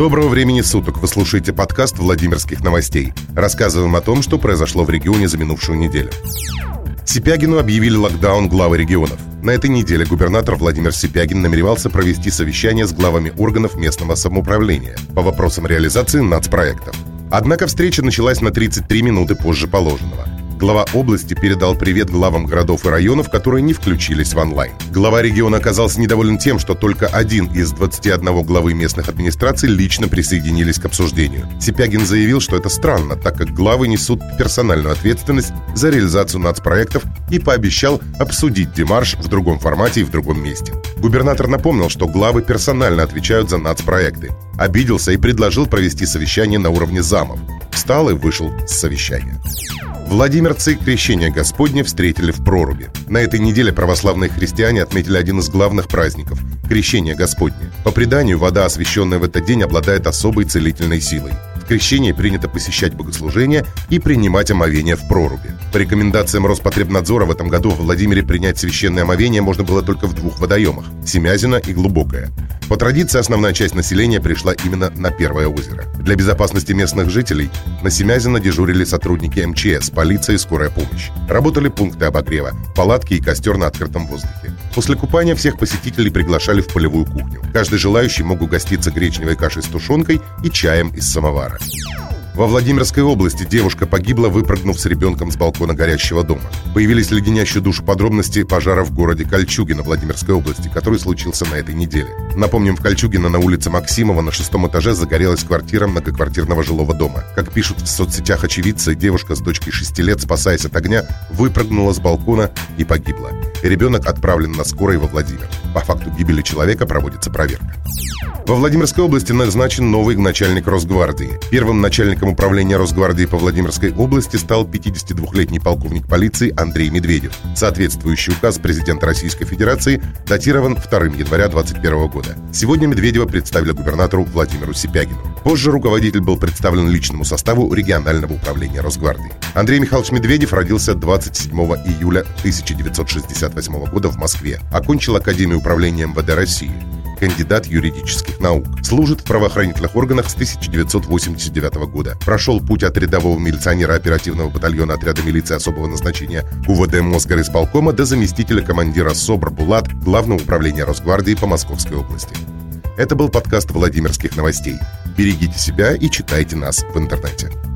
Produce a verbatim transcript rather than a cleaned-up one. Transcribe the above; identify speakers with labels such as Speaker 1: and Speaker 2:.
Speaker 1: Доброго времени суток! Вы слушаете подкаст Владимирских новостей. Рассказываем о том, что произошло в регионе за минувшую неделю. Сипягину объявили локдаун главы регионов. На этой неделе губернатор Владимир Сипягин намеревался провести совещание с главами органов местного самоуправления по вопросам реализации нацпроектов. Однако встреча началась на тридцать три минуты позже положенного. Глава области передал привет главам городов и районов, которые не включились в онлайн. Глава региона оказался недоволен тем, что только один из двадцати одного главы местных администраций лично присоединились к обсуждению. Сипягин заявил, что это странно, так как главы несут персональную ответственность за реализацию нацпроектов, и пообещал обсудить демарш в другом формате и в другом месте. Губернатор напомнил, что главы персонально отвечают за нацпроекты. Обиделся и предложил провести совещание на уровне замов. Встал и вышел с совещания. Владимирцы Крещение Господне встретили в проруби. На этой неделе православные христиане отметили один из главных праздников – Крещение Господне. По преданию, вода, освященная в этот день, обладает особой целительной силой. В крещении принято посещать богослужения и принимать омовение в проруби. По рекомендациям Роспотребнадзора в этом году в Владимире принять священное омовение можно было только в двух водоемах – Семязино и Глубокое. По традиции, основная часть населения пришла именно на Первое озеро. Для безопасности местных жителей на Семязино дежурили сотрудники эм че эс, полиция и скорая помощь. Работали пункты обогрева, палатки и костер на открытом воздухе. После купания всех посетителей приглашали в полевую кухню. Каждый желающий мог угоститься гречневой кашей с тушенкой и чаем из самовара. Во Владимирской области девушка погибла, выпрыгнув с ребенком с балкона горящего дома. Появились леденящие душу подробности пожара в городе Кольчугино Владимирской области, который случился на этой неделе. Напомним, в Кольчугино на улице Максимова на шестом этаже загорелась квартира многоквартирного жилого дома. Как пишут в соцсетях очевидцы, девушка с дочкой шести лет, спасаясь от огня, выпрыгнула с балкона и погибла. Ребенок отправлен на скорой во Владимир. По факту гибели человека проводится проверка. Во Владимирской области назначен новый начальник Росгвардии. Первым начальником управления Росгвардии по Владимирской области стал пятидесятидвухлетний полковник полиции Андрей Медведев. Соответствующий указ президента Российской Федерации датирован второго января двадцать первого года. Сегодня Медведева представили губернатору Владимиру Сипягину. Позже руководитель был представлен личному составу регионального управления Росгвардии. Андрей Михайлович Медведев родился двадцать седьмого июля тысяча девятьсот шестьдесят восьмого года в Москве. Окончил Академию управления эм вэ дэ России. Кандидат юридических наук. Служит в правоохранительных органах с тысяча девятьсот восемьдесят девятого года. Прошел путь от рядового милиционера оперативного батальона отряда милиции особого назначения ку вэ дэ Мосгорисполкома до заместителя командира СОБР БУЛАТ Главного управления Росгвардии по Московской области. Это был подкаст Владимирских новостей. Берегите себя и читайте нас в интернете.